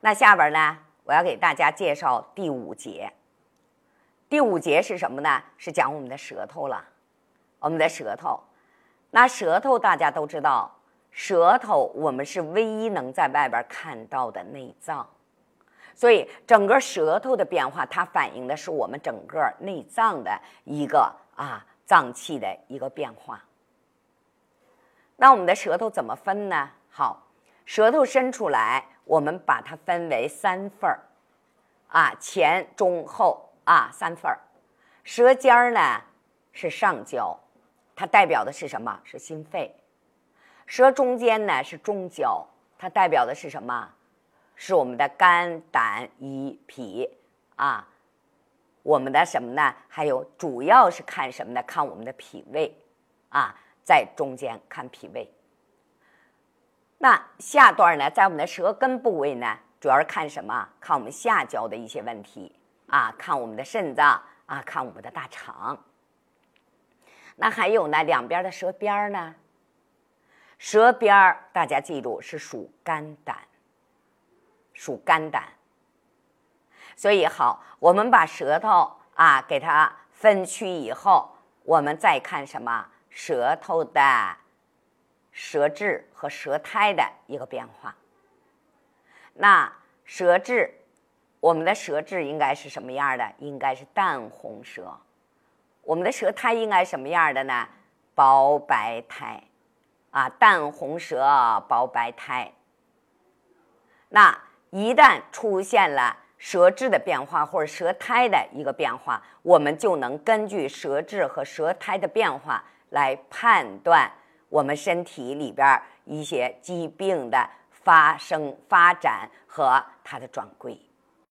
那下边呢，我要给大家介绍第5节。第5节是什么呢？是讲我们的舌头了。我们的舌头，那舌头大家都知道，舌头我们是唯一能在外边看到的内脏，所以整个舌头的变化，它反映的是我们整个内脏的一个脏器的一个变化。那我们的舌头怎么分呢？好，舌头伸出来，我们把它分为3份儿，前中后3份儿。舌尖呢是上焦，它代表的是什么？是心肺。舌中间呢是中焦，它代表的是什么？是我们的肝、胆、胰、脾我们的什么呢？还有主要是看什么呢？看我们的脾胃在中间看脾胃。那下段呢，在我们的舌根部位呢，主要是看什么？看我们下焦的一些问题看我们的肾脏看我们的大肠。那还有呢，两边的舌边呢，舌边大家记住是属肝胆，属肝胆。所以好，我们把舌头给它分区以后，我们再看什么？舌头的舌质和舌苔的一个变化。那舌质，我们的舌质应该是什么样的？应该是淡红舌。我们的舌苔应该什么样的呢？薄白苔淡红舌，薄白苔。那一旦出现了舌质的变化或者舌苔的一个变化，我们就能根据舌质和舌苔的变化来判断我们身体里边一些疾病的发生、发展和它的转归。